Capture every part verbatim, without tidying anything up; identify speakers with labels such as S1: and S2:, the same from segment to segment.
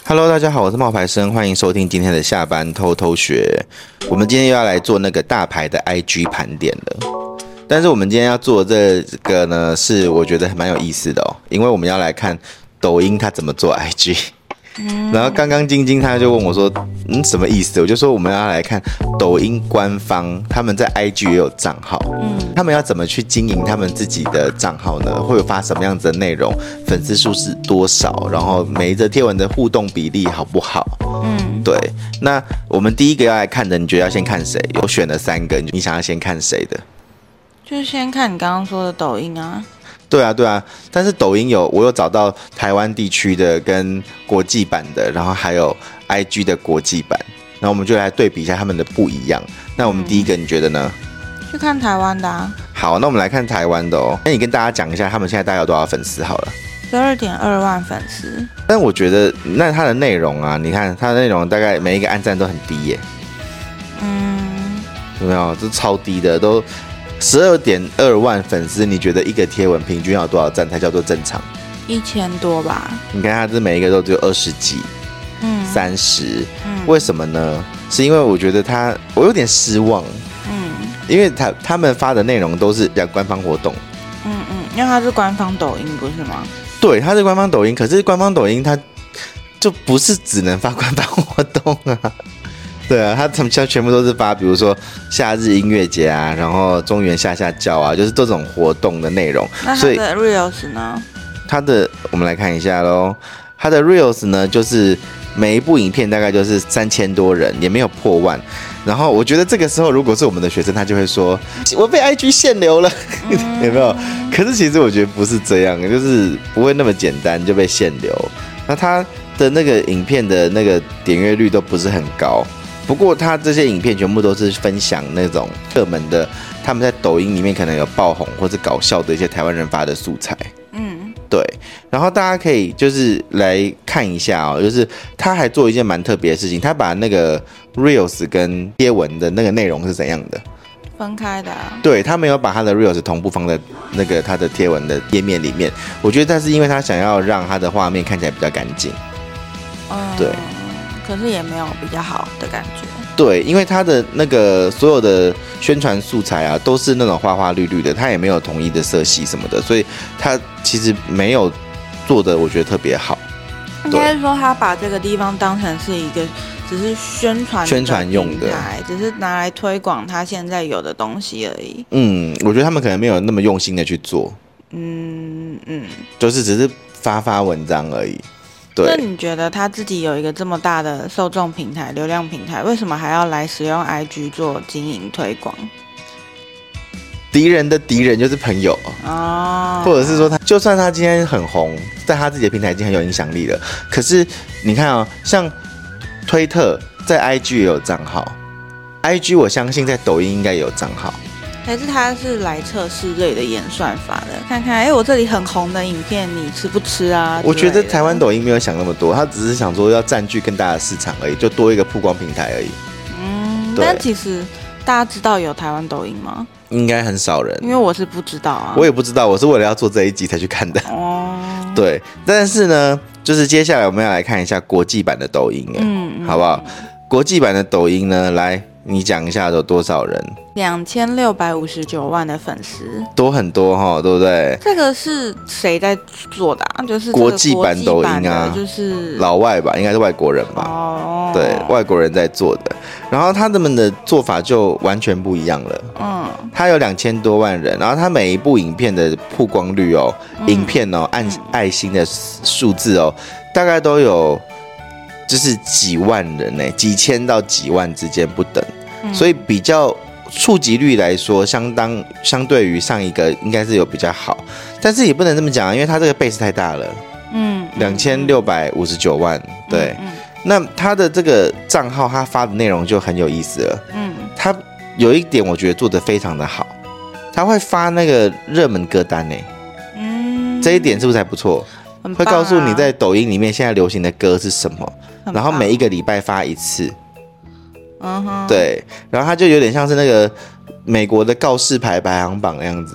S1: Hello， 大家好，我是冒牌生，欢迎收听今天的下班偷偷学。我们今天又要来做那个大牌的 I G 盘点了。但是我们今天要做这个呢，是我觉得蛮有意思的哦，因为我们要来看抖音它怎么做 I G。然后刚刚晶晶他就问我说，嗯，什么意思？我就说我们要来看抖音官方他们在 I G 也有账号，嗯，他们要怎么去经营他们自己的账号呢？会有发什么样子的内容？粉丝数是多少？然后每一则贴文的互动比例好不好？嗯，对。那我们第一个要来看的，你觉得要先看谁？我选了三个，你想要先看谁的？
S2: 就先看你刚刚说的抖音啊。
S1: 对啊，对啊，但是抖音有我有找到台湾地区的跟国际版的，然后还有 I G 的国际版，那我们就来对比一下他们的不一样。那我们第一个你觉得呢？
S2: 去看台湾的啊。
S1: 好，那我们来看台湾的哦。那你跟大家讲一下他们现在大概有多少粉丝好了？
S2: 十二点二万粉丝。
S1: 但我觉得那它的内容啊，你看它的内容大概每一个按赞都很低耶。嗯，有没有？这超低的都。十二点二万粉丝，你觉得一个贴文平均要多少赞才叫做正常？
S2: 一千多吧。
S1: 你看，它这每一个都只有二十几，嗯，三十，嗯，为什么呢？是因为我觉得他，我有点失望，嗯，因为他他们发的内容都是讲官方活动，
S2: 嗯嗯，因为它是官方抖音，不是吗？
S1: 对，它是官方抖音，可是官方抖音它就不是只能发官方活动啊。对啊，他他们全部都是发，比如说夏日音乐节啊，然后中原下下教啊，就是这种活动的内容。
S2: 那他的 Reels 呢？
S1: 他的我们来看一下咯，他的 Reels 呢，就是每一部影片大概就是三千多人，也没有破万。然后我觉得这个时候，如果是我们的学生，他就会说：“我被 I G 限流了。嗯”有没有？可是其实我觉得不是这样，就是不会那么简单就被限流。那他的那个影片的那个点阅率都不是很高。不过他这些影片全部都是分享那种热门的，他们在抖音里面可能有爆红或者搞笑的一些台湾人发的素材。嗯，对。然后大家可以就是来看一下哦，就是他还做一件蛮特别的事情，他把那个 Reels 跟贴文的那个内容是怎样的？
S2: 分开的啊。对，
S1: 他没有把他的 Reels 同步放在那个他的贴文的页面里面。我觉得那是因为他想要让他的画面看起来比较干净。嗯，对。
S2: 可是也没有比较好的感觉。
S1: 对，因为他的那个所有的宣传素材啊，都是那种花花绿绿的，他也没有统一的色系什么的，所以他其实没有做的，我觉得特别好。
S2: 应该是说他把这个地方当成是一个只是宣传
S1: 宣传用的，
S2: 只是拿来推广他现在有的东西而已。
S1: 嗯，我觉得他们可能没有那么用心的去做。
S2: 嗯嗯，
S1: 就是只是发发文章而已。
S2: 那你觉得他自己有一个这么大的受众平台、流量平台，为什么还要来使用 I G 做经营推广？
S1: 敌人的敌人就是朋友哦，或者是说他，就算他今天很红，在他自己的平台已经很有影响力了，可是你看哦，像推特在 I G 也有账号 ，I G 我相信在抖音应该也有账号。
S2: 还是他是来测试类的演算法的，看看哎、欸，我这里很红的影片，你吃不吃啊？
S1: 我觉得台湾抖音没有想那么多，他只是想说要占据更大的市场而已，就多一个曝光平台而已。嗯，
S2: 但其实大家知道有台湾抖音吗？
S1: 应该很少人，
S2: 因为我是不知道啊。
S1: 我也不知道，我是为了要做这一集才去看的。哦，对，但是呢，就是接下来我们要来看一下国际版的抖音，嗯，好不好？国际版的抖音呢，来。你讲一下有多少人？
S2: 两千六百五十九万的粉丝，
S1: 多很多哈，对不对？
S2: 这个是谁在做的啊？就是
S1: 国际版抖音啊，
S2: 就是
S1: 老外吧，应该是外国人吧？哦，对，外国人在做的。然后他们的做法就完全不一样了。嗯，他有两千多万人，然后他每一部影片的曝光率哦，嗯、影片哦，按爱心的数字哦，大概都有。就是几万人呢、欸，几千到几万之间不等，嗯、所以比较触及率来说，相当相对于上一个应该是有比较好，但是也不能这么讲，因为它这个 base 太大了，嗯，两千六百五十九万，对，嗯嗯、那他的这个账号他发的内容就很有意思了，嗯，他有一点我觉得做得非常的好，他会发那个热门歌单呢、欸，嗯，这一点是不是还不错？啊、会告诉你在抖音里面现在流行的歌是什么。然后每一个礼拜发一次，嗯哼，对，然后它就有点像是那个美国的告示牌排行榜那样子，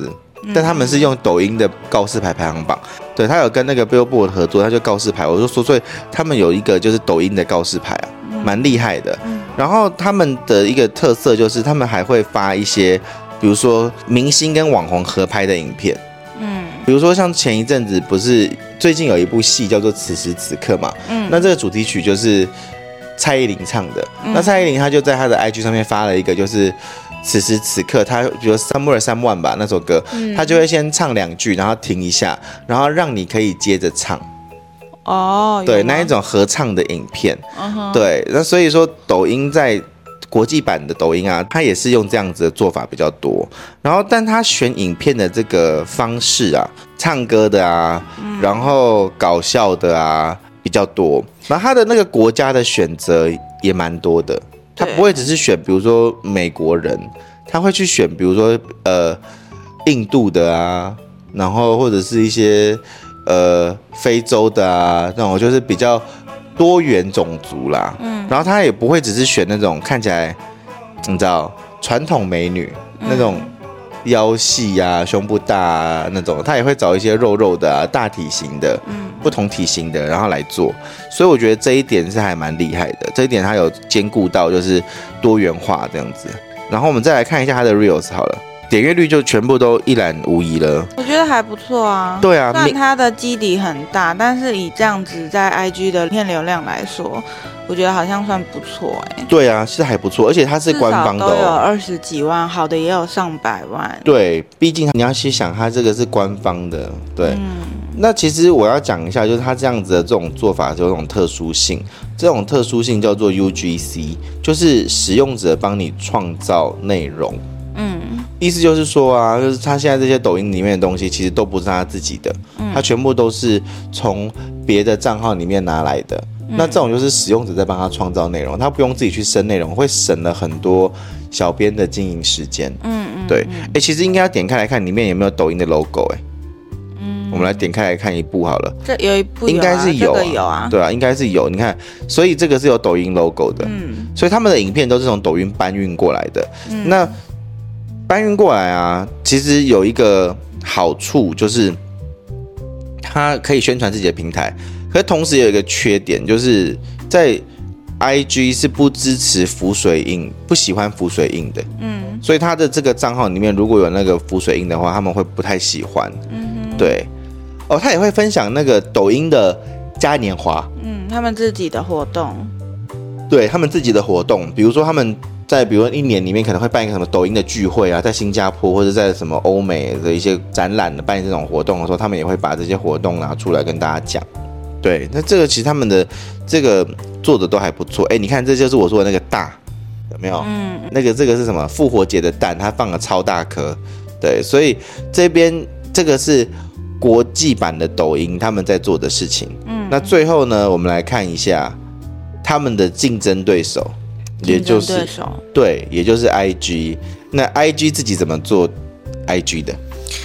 S1: 但他们是用抖音的告示牌排行榜。对，他有跟那个 Billboard 合作，他就告示牌，我就说，所以他们有一个就是抖音的告示牌啊，蛮厉害的。然后他们的一个特色就是他们还会发一些，比如说明星跟网红合拍的影片。嗯，比如说像前一阵子不是最近有一部戏叫做《此时此刻》嘛，嗯，那这个主题曲就是蔡依林唱的。嗯、那蔡依林她就在她的 I G 上面发了一个，就是此时此刻，她比如 Somewhere Someone 吧那首歌，嗯、她就会先唱两句，然后停一下，然后让你可以接着唱。哦，对，那一种合唱的影片，uh-huh. 对，那所以说抖音在国际版的抖音啊，它也是用这样子的做法比较多。然后，但它选影片的这个方式啊，唱歌的啊，嗯、然后搞笑的啊比较多。然后它的那个国家的选择也蛮多的，它不会只是选，比如说美国人，他会去选，比如说呃印度的啊，然后或者是一些呃非洲的啊，那种就是比较多元种族啦，嗯，然后他也不会只是选那种看起来你知道传统美女、嗯、那种腰细啊胸部大啊那种，他也会找一些肉肉的啊大体型的、嗯、不同体型的然后来做，所以我觉得这一点是还蛮厉害的，这一点他有兼顾到就是多元化这样子。然后我们再来看一下他的 Reels 好了，点阅率就全部都一览无遗了，
S2: 我觉得还不错啊。
S1: 对啊，
S2: 虽然它的基底很大，但是以这样子在 I G 的片流量来说，我觉得好像算不错哎、欸。
S1: 对啊，是还不错，而且它是官方的、哦，
S2: 至少都有二十几万，好的也有上百万。
S1: 对，毕竟你要去想，它这个是官方的，对。嗯、那其实我要讲一下，就是它这样子的这种做法有一种特殊性，这种特殊性叫做 U G C， 就是使用者帮你创造内容。嗯，意思就是说啊，就是他现在这些抖音里面的东西，其实都不是他自己的，嗯、他全部都是从别的账号里面拿来的。嗯、那这种就是使用者在帮他创造内容，他不用自己去生内容，会省了很多小编的经营时间。嗯嗯，对。哎、欸，其实应该要点开来看里面有没有抖音的 logo 哎、欸。嗯，我们来点开来看一部好了。
S2: 这有一部、啊、
S1: 应该是有、啊，
S2: 这个有啊。
S1: 对啊，应该是有。你看，所以这个是有抖音 logo 的。嗯，所以他们的影片都是从抖音搬运过来的。嗯，那搬运过来啊，其实有一个好处就是它可以宣传自己的平台，可是同时有一个缺点，就是在 I G 是不支持浮水印，不喜欢浮水印的。嗯，所以他的这个账号里面如果有那个浮水印的话，他们会不太喜欢。嗯，对。哦，他也会分享那个抖音的嘉年华。
S2: 嗯，他们自己的活动。
S1: 对，他们自己的活动，比如说他们在比如说一年里面可能会办一个什么抖音的聚会啊，在新加坡或者在什么欧美的一些展览的办这种活动的时候，他们也会把这些活动拿出来跟大家讲。对，那这个其实他们的这个做的都还不错。哎，你看这就是我说的那个大，有没有？嗯，那个这个是什么？复活节的蛋，它放了超大颗。对，所以这边这个是国际版的抖音他们在做的事情。嗯，那最后呢，我们来看一下他们的竞争对手。也就是对，也就是 I G。那 I G 自己怎么做 I G 的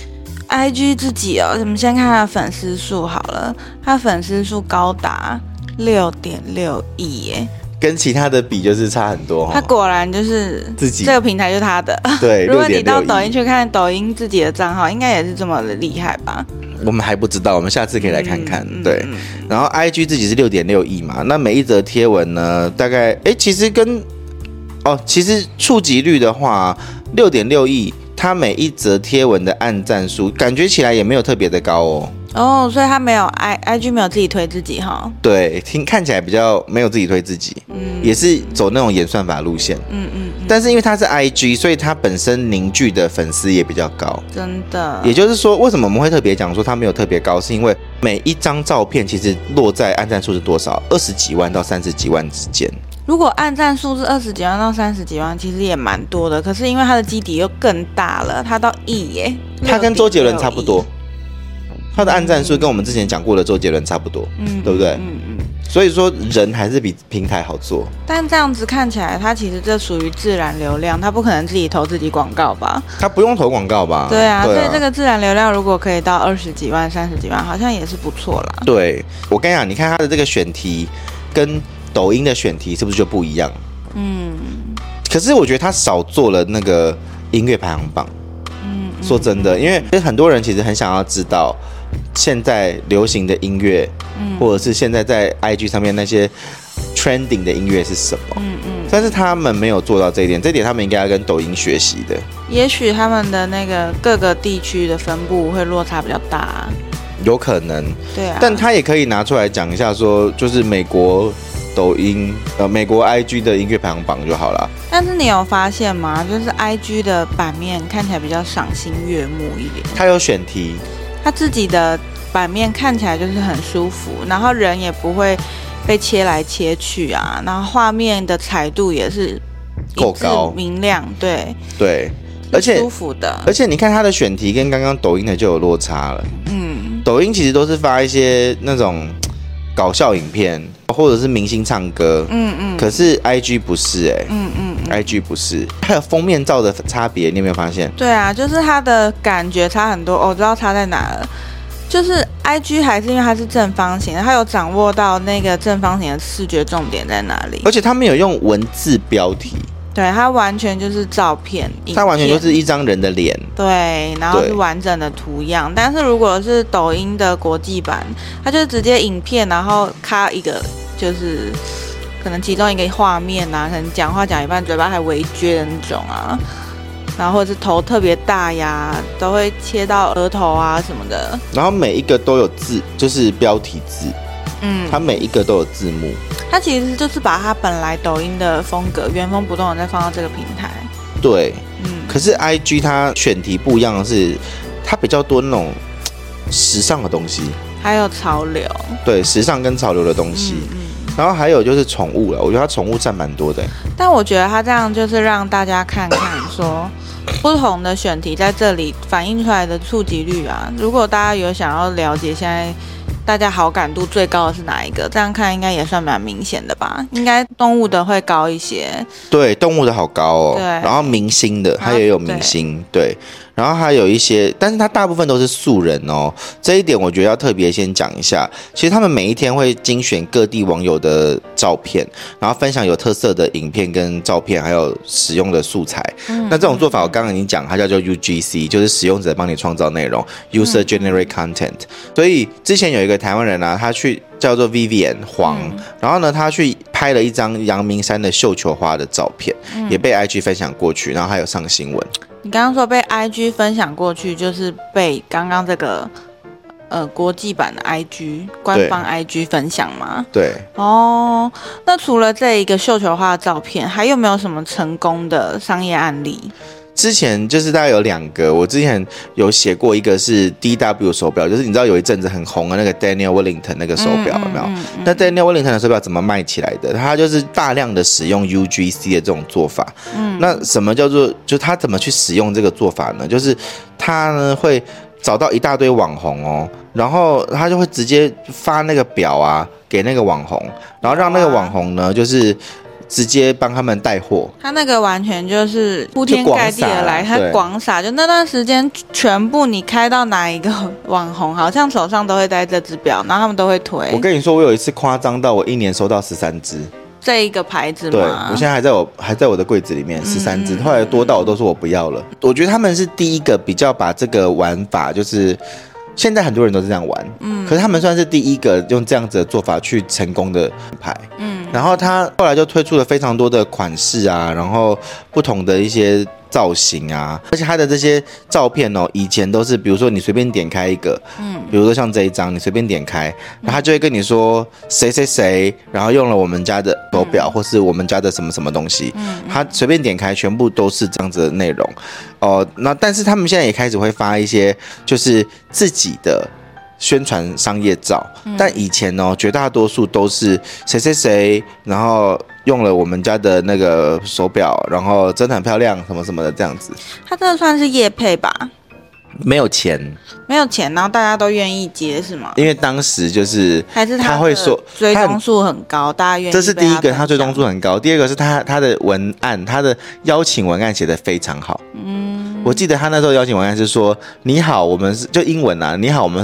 S2: ？I G 自己哦，我们先看它的粉丝数好了，它粉丝数高达六点六亿耶，
S1: 跟其他的比就是差很多、哦。
S2: 它果然就是
S1: 自己
S2: 这个平台就是它的。
S1: 对，
S2: 如果你到抖音去看抖音自己的账号，应该也是这么的厉害吧？
S1: 我们还不知道，我们下次可以来看看。嗯、对、嗯，然后 I G 自己是六点六亿嘛，那每一则贴文呢，大概哎，其实跟哦，其实触及率的话，六点六亿，它每一则贴文的按赞数，感觉起来也没有特别的高哦。
S2: 哦，所以他没有 I I G 没有自己推自己哈。
S1: 对，听看起来比较没有自己推自己，嗯，也是走那种演算法路线，嗯嗯。但是因为它是 I G， 所以它本身凝聚的粉丝也比较高，
S2: 真的。
S1: 也就是说，为什么我们会特别讲说它没有特别高，是因为每一张照片其实落在按赞数是多少，二十几万到三十几万之间。
S2: 如果按赞数是二十几万到三十几万，其实也蛮多的。可是因为它的基底又更大了，它到亿耶，
S1: 它跟周杰伦差不多。他的按赞数跟我们之前讲过的周杰伦差不多，嗯，对不对？嗯嗯。所以说人还是比平台好做。
S2: 但这样子看起来，它其实这属于自然流量，它不可能自己投自己广告吧？
S1: 它不用投广告吧？
S2: 对啊，对啊，所以这个自然流量如果可以到二十几万、三十几万，好像也是不错啦。
S1: 对，我跟你讲，你看它的这个选题跟抖音的选题是不是就不一样？嗯。可是我觉得它少做了那个音乐排行榜。 说真的，因为很多人其实很想要知道现在流行的音乐，嗯，或者是现在在 I G 上面那些 trending 的音乐是什么，嗯嗯，但是他们没有做到这一点，这一点他们应该要跟抖音学习的。
S2: 也许他们的那个各个地区的分布会落差比较大，
S1: 有可能，
S2: 对啊，
S1: 但他也可以拿出来讲一下说，就是美国抖音呃美国 I G 的音乐排行榜就好了。
S2: 但是你有发现吗？就是 I G 的版面看起来比较赏心悦目一点，
S1: 他有选题，他
S2: 自己的版面看起来就是很舒服，然后人也不会被切来切去啊，然后画面的彩度也是
S1: 够高
S2: 明亮，对
S1: 对，而且
S2: 舒服的。
S1: 而且你看他的选题跟刚刚抖音的就有落差了，嗯，抖音其实都是发一些那种搞笑影片或者是明星唱歌，嗯嗯，可是 I G 不是哎、欸，嗯嗯 ，I G 不是，还有封面照的差别，你有没有发现？
S2: 对啊，就是它的感觉差很多，哦、我知道差在哪了。就是 I G 还是因为它是正方形，它有掌握到那个正方形的视觉重点在哪里，
S1: 而且它没有用文字标题，
S2: 对，它完全就是照片，
S1: 它完全就是一张人的脸，
S2: 对，然后是完整的图样。但是如果是抖音的国际版，它就直接影片，然后卡一个就是可能其中一个画面啊，可能讲话讲一半嘴巴还微撅的那种啊。然后或者是头特别大呀，都会切到额头啊什么的。
S1: 然后每一个都有字，就是标题字，嗯，它每一个都有字幕。
S2: 它其实就是把它本来抖音的风格原封不动的再放到这个平台。
S1: 对，嗯。可是 I G 它选题不一样的是，它比较多那种时尚的东西，
S2: 还有潮流。
S1: 对，时尚跟潮流的东西。嗯嗯，然后还有就是宠物了，我觉得它宠物占蛮多的。
S2: 但我觉得它这样就是让大家看看说，不同的选题在这里反映出来的触及率啊。如果大家有想要了解现在大家好感度最高的是哪一个，这样看应该也算蛮明显的吧？应该动物的会高一些。
S1: 对，动物的好高哦。对。然后明星的，它也有明星，对。然后还有一些，但是它大部分都是素人哦。这一点我觉得要特别先讲一下。其实他们每一天会精选各地网友的照片，然后分享有特色的影片跟照片，还有使用的素材。嗯、那这种做法我刚刚已经讲，它叫做 U G C， 就是使用者帮你创造内容 ，User Generate Content。所以之前有一个台湾人啊，他去叫做 Vivian 黄，嗯、然后呢，他去拍了一张阳明山的绣球花的照片，嗯、也被 I G 分享过去，然后还有上新闻。
S2: 你刚刚说被 I G 分享过去，就是被刚刚这个呃国际版的 I G 官方 I G 分享吗？
S1: 对。
S2: 哦，那除了这一个绣球花的照片，还有没有什么成功的商业案例？
S1: 之前就是大概有两个，我之前有写过一个是 D W 手表，就是你知道有一阵子很红的那个 Daniel Wellington 那个手表有没有？嗯嗯嗯、那 Daniel Wellington 的手表怎么卖起来的？他就是大量的使用 U G C 的这种做法。嗯，那什么叫做就他怎么去使用这个做法呢？就是他呢会找到一大堆网红哦，然后他就会直接发那个表啊给那个网红，然后让那个网红呢就是直接帮他们带货。
S2: 他那个完全就是铺天盖地的来，他广撒，就那段时间全部你开到哪一个网红，好像手上都会带这只表，然后他们都会推。
S1: 我跟你说，我有一次夸张到我一年收到十三只。
S2: 这一个牌子吗？
S1: 对，我现在还在我还在我的柜子里面十三只，后来多到我都说我不要了。我觉得他们是第一个比较把这个玩法，就是现在很多人都是这样玩，嗯，可是他们算是第一个用这样子的做法去成功的品牌，嗯，然后他后来就推出了非常多的款式啊，然后不同的一些造型啊，而且他的这些照片哦，以前都是比如说你随便点开一个，嗯，比如说像这一张，你随便点开，然后他就会跟你说谁谁谁，然后用了我们家的手表，嗯、或是我们家的什么什么东西，嗯，他随便点开，全部都是这样子的内容，哦、呃，那但是他们现在也开始会发一些就是自己的宣传商业照，嗯、但以前哦，绝大多数都是谁谁谁，然后用了我们家的那个手表，然后真的很漂亮，什么什么的这样子。
S2: 他这算是业配吧？
S1: 没有钱，
S2: 没有钱，然后大家都愿意接是吗？
S1: 因为当时就是
S2: 还是他会说追踪数很高，大家愿意。
S1: 这是第一个，他追踪数很高。第二个是他他的文案，他的邀请文案写得非常好。嗯，我记得他那时候邀请文案是说：“你好，我们是就英文啊，你好，我们是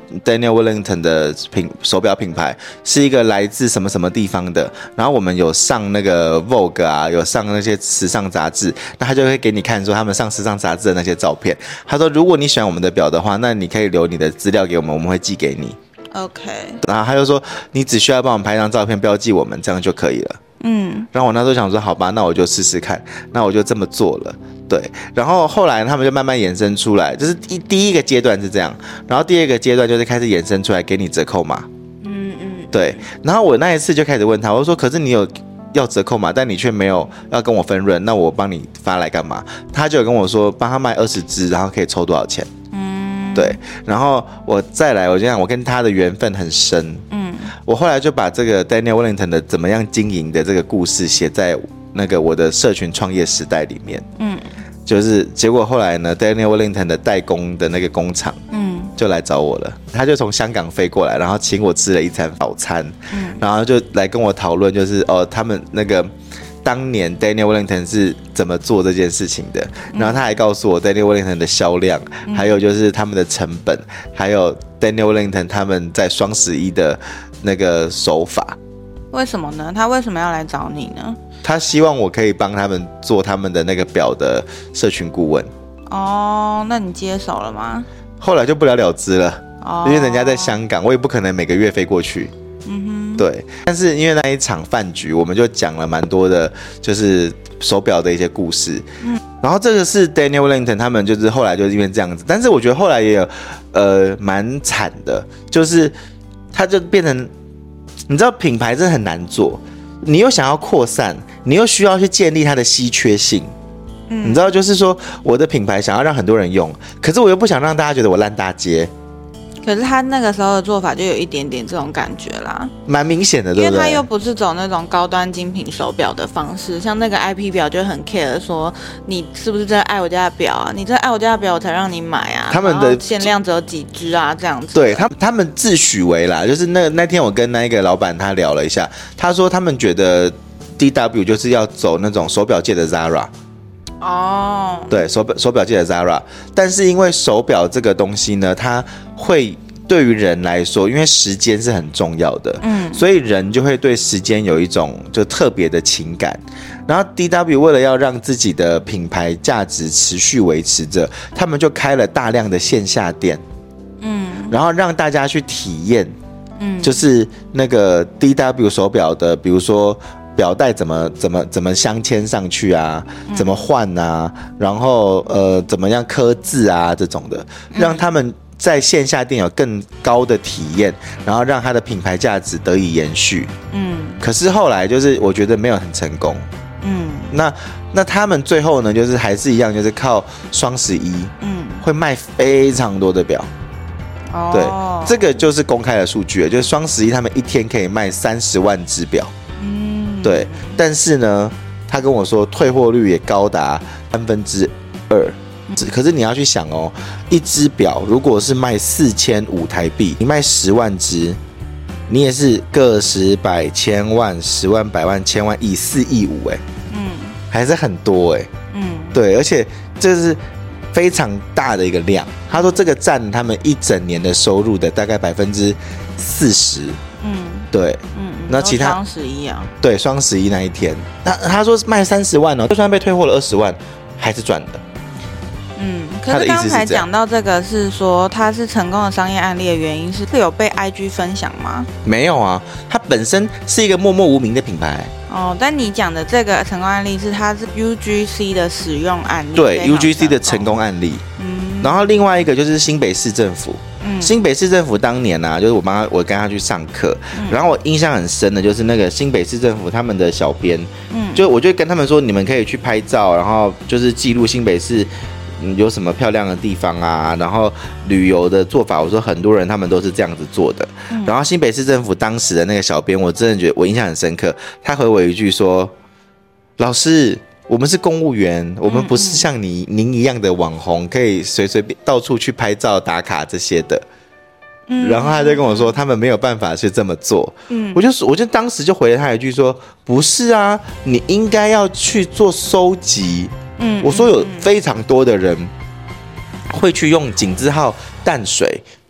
S1: Daniel Wellington 的品手表品牌是一个来自什么什么地方的，然后我们有上那个 Vogue 啊，有上那些时尚杂志，那他就会给你看说他们上时尚杂志的那些照片。他说，如果你喜欢我们的表的话，那你可以留你的资料给我们，我们会寄给你。
S2: OK。
S1: 然后他就说，你只需要帮我们拍张照片，标记我们，这样就可以了。嗯。然后我那时候想说，好吧，那我就试试看，那我就这么做了。对，然后后来他们就慢慢衍生出来，就是一第一个阶段是这样，然后第二个阶段就是开始衍生出来给你折扣码。嗯嗯。对，然后我那一次就开始问他，我说，可是你有要折扣码，但你却没有要跟我分润，那我帮你发来干嘛？他就有跟我说，帮他卖二十支，然后可以抽多少钱？嗯。对，然后我再来，我就讲我跟他的缘分很深。嗯。我后来就把这个 Daniel Wellington 的怎么样经营的这个故事写在那个我的社群创业时代里面。嗯。就是结果后来呢 ，Daniel Wellington 的代工的那个工厂，嗯，就来找我了。他就从香港飞过来，然后请我吃了一餐早餐，嗯，然后就来跟我讨论，就是哦，他们那个当年 Daniel Wellington 是怎么做这件事情的。嗯、然后他还告诉我 Daniel Wellington 的销量，嗯、还有就是他们的成本，还有 Daniel Wellington 他们在双十一的那个手法。
S2: 为什么呢？他为什么要来找你呢？
S1: 他希望我可以帮他们做他们的那个表的社群顾问。
S2: 哦，那你接手了吗？
S1: 后来就不了了之了，哦、因为人家在香港，我也不可能每个月飞过去。嗯哼，对。但是因为那一场饭局，我们就讲了蛮多的，就是手表的一些故事。嗯，然后这个是 Daniel Wellington 他们就是后来就是因为这样子，但是我觉得后来也有呃蛮惨的，就是他就变成，你知道品牌真的很难做。你又想要扩散，你又需要去建立它的稀缺性，嗯，你知道，就是说我的品牌想要让很多人用，可是我又不想让大家觉得我烂大街。
S2: 可是他那个时候的做法就有一点点这种感觉啦，
S1: 蛮明显的，对不对？
S2: 因为他又不是走那种高端精品手表的方式，像那个 I P 表就很 care 说你是不是真的爱我家的表啊？你真的爱我家的表，我才让你买啊。他们的限量只有几只啊，这样子。
S1: 对他，他们自诩为啦，就是那那天我跟那一个老板他聊了一下，他说他们觉得 D W 就是要走那种手表界的 Zara。哦，对，手表手表界的 Zara， 但是因为手表这个东西呢，它会对于人来说，因为时间是很重要的，嗯，所以人就会对时间有一种就特别的情感。然后 D W 为了要让自己的品牌价值持续维持着，他们就开了大量的线下店，嗯，然后让大家去体验，嗯，就是那个 D W 手表的，比如说表带怎么怎么怎么镶嵌上去啊，怎么换啊，然后呃怎么样刻字啊这种的，让他们在线下店有更高的体验，然后让它的品牌价值得以延续。嗯，可是后来就是我觉得没有很成功。嗯，那那他们最后呢，就是还是一样，就是靠双十一，嗯，会卖非常多的表。哦，对，这个就是公开的数据，就是双十一他们一天可以卖三十万只表。嗯，对，但是呢，他跟我说退货率也高达三分之二。可是你要去想哦，一只表如果是卖四千五台币，你卖十万只，你也是个十百千万十万百万千万亿四亿五哎，嗯，还是很多哎，嗯，对，而且这是非常大的一个量。他说这个占他们一整年的收入的大概百分之四十，嗯，对，嗯，那其他
S2: 双十一啊，
S1: 对，双十一那一天，那他说卖三十万哦，就算被退货了二十万，还是赚的。
S2: 嗯，可是刚才讲到这个是说它是成功的商业案例的原因是会有被 I G 分享吗？
S1: 没有啊，它本身是一个默默无名的品牌。
S2: 哦，但你讲的这个成功案例是它是 U G C 的使用案例，
S1: 对 U G C 的成功案例。嗯，然后另外一个就是新北市政府。嗯，新北市政府当年啊，就是我帮他，我跟他去上课，嗯、然后我印象很深的就是那个新北市政府他们的小编，嗯，就我就跟他们说，你们可以去拍照，然后就是记录新北市。嗯，有什么漂亮的地方啊？然后旅游的做法，我说很多人他们都是这样子做的。嗯、然后新北市政府当时的那个小编，我真的觉得我印象很深刻。他回我一句说：“老师，我们是公务员，我们不是像你、嗯、您一样的网红，可以随随便到处去拍照打卡这些的。”嗯、然后他就跟我说，他们没有办法去这么做。嗯，我就我就当时就回了他一句说：“不是啊，你应该要去做收集。”我说有非常多的人会去用井字号淡水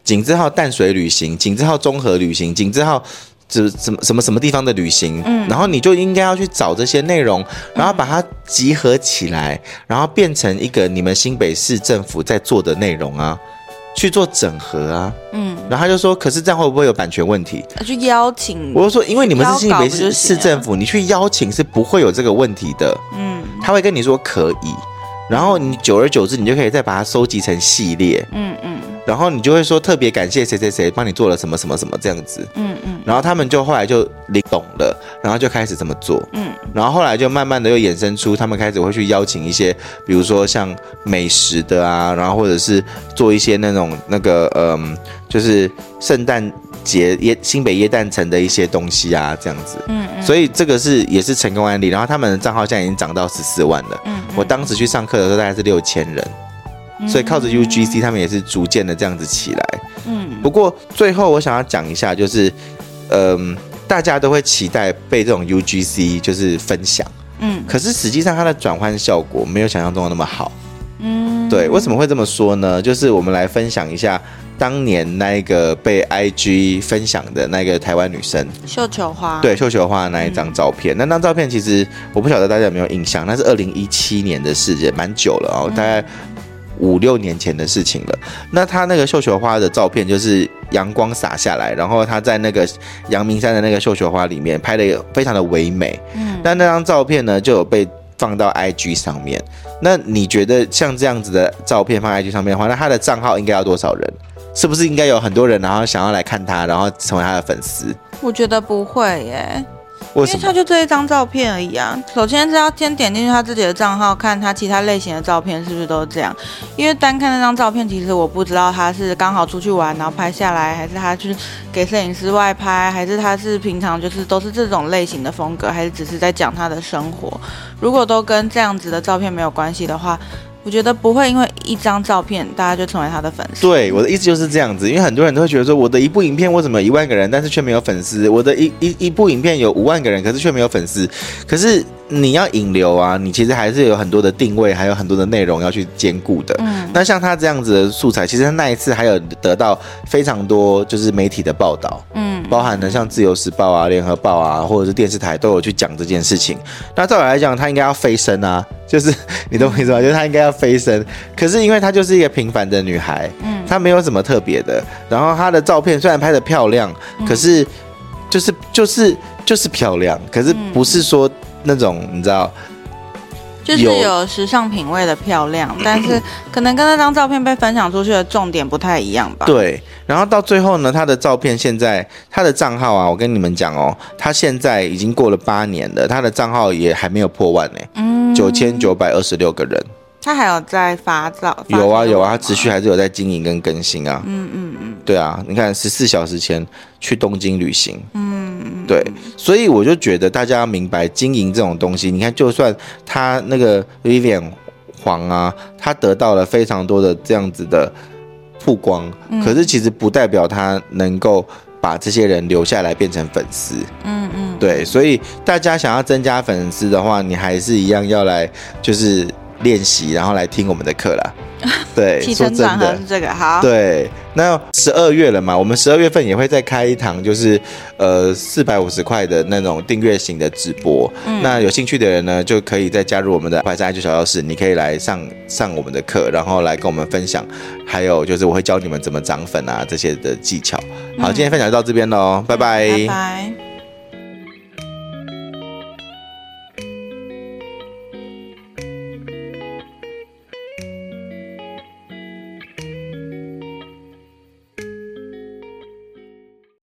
S1: 井字号淡水旅行，井字号综合旅行，井字号什什么什么什么地方的旅行，嗯，然后你就应该要去找这些内容，然后把它集合起来，然后变成一个你们新北市政府在做的内容啊，去做整合啊，嗯，然后他就说，可是这样会不会有版权问题？
S2: 去邀请，
S1: 我就说，因为你们是新北市市政府，你去邀请是不会有这个问题的，嗯，他会跟你说可以，然后你久而久之，你就可以再把它收集成系列，嗯嗯。然后你就会说特别感谢谁谁谁帮你做了什么什么什么这样子，嗯嗯，然后他们就后来就领懂了，然后就开始这么做，嗯，然后后来就慢慢的又衍生出他们开始会去邀请一些，比如说像美食的啊，然后或者是做一些那种那个嗯，就是圣诞节耶新北耶诞城的一些东西啊，这样子，嗯嗯，所以这个是也是成功案例，然后他们的账号现在已经涨到十四万了，嗯，我当时去上课的时候大概是六千人。所以靠着 U G C 他们也是逐渐的这样子起来，嗯，不过最后我想要讲一下，就是嗯、呃，大家都会期待被这种 U G C 就是分享，嗯，可是实际上它的转换效果没有想象中的那么好，嗯，对，为什么会这么说呢？就是我们来分享一下当年那个被 I G 分享的那个台湾女生
S2: 绣球花，
S1: 对，绣球花的那一张照片，嗯、那张照片其实我不晓得大家有没有印象，那是二零一七年的事件，蛮久了哦，大概五六年前的事情了。那他那个绣球花的照片就是阳光洒下来，然后他在那个阳明山的那个绣球花里面拍的非常的唯美。嗯，那那张照片呢就有被放到 I G 上面。那你觉得像这样子的照片放在 I G 上面的话，那他的账号应该要多少人？是不是应该有很多人然后想要来看他，然后成为他的粉丝？
S2: 我觉得不会耶。
S1: 为什么？
S2: 因为他就这一张照片而已啊。首先是要先点进去他自己的账号，看他其他类型的照片是不是都这样。因为单看那张照片，其实我不知道他是刚好出去玩然后拍下来，还是他去给摄影师外拍，还是他是平常就是都是这种类型的风格，还是只是在讲他的生活。如果都跟这样子的照片没有关系的话，我觉得不会因为一张照片大家就成为他的粉丝。
S1: 对，我的意思就是这样子，因为很多人都会觉得说，我的一部影片为什么有一万个人，但是却没有粉丝？我的一一一部影片有五万个人，可是却没有粉丝。可是你要引流啊，你其实还是有很多的定位，还有很多的内容要去兼顾的。嗯，那像他这样子的素材，其实他那一次还有得到非常多就是媒体的报道，嗯，包含了像自由时报啊、联合报啊，或者是电视台都有去讲这件事情。那照理来讲，他应该要飞升啊。就是你懂我意思吗？就是她应该要飞升，可是因为她就是一个平凡的女孩，嗯，她没有什么特别的。然后她的照片虽然拍得漂亮，可是就是就是就是漂亮，可是不是说那种你知道，
S2: 就是有时尚品味的漂亮，但是可能跟那张照片被分享出去的重点不太一样吧。
S1: 对，然后到最后呢，她的照片现在她的账号啊，我跟你们讲哦，她现在已经过了八年了，她的账号也还没有破万呢，嗯，九千九百二十六个人。
S2: 他还有在发照？
S1: 有啊有啊，他持续还是有在经营跟更新啊。嗯嗯嗯，对啊，你看十四小时前去东京旅行，嗯嗯，对，所以我就觉得大家要明白经营这种东西，你看就算他那个 Vivian 黄啊，他得到了非常多的这样子的曝光，嗯，可是其实不代表他能够把这些人留下来变成粉丝，嗯嗯，对，所以大家想要增加粉丝的话，你还是一样要来就是练习，然后来听我们的课啦。对，
S2: 起承转合是这个好。
S1: 对，那十二月了嘛，我们十二月份也会再开一堂，就是呃四百五十块的那种订阅型的直播。嗯，那有兴趣的人呢，就可以再加入我们的怀山I G小教室，你可以来上上我们的课，然后来跟我们分享，还有就是我会教你们怎么涨粉啊这些的技巧。好，今天分享就到这边喽，拜拜。
S2: 拜拜。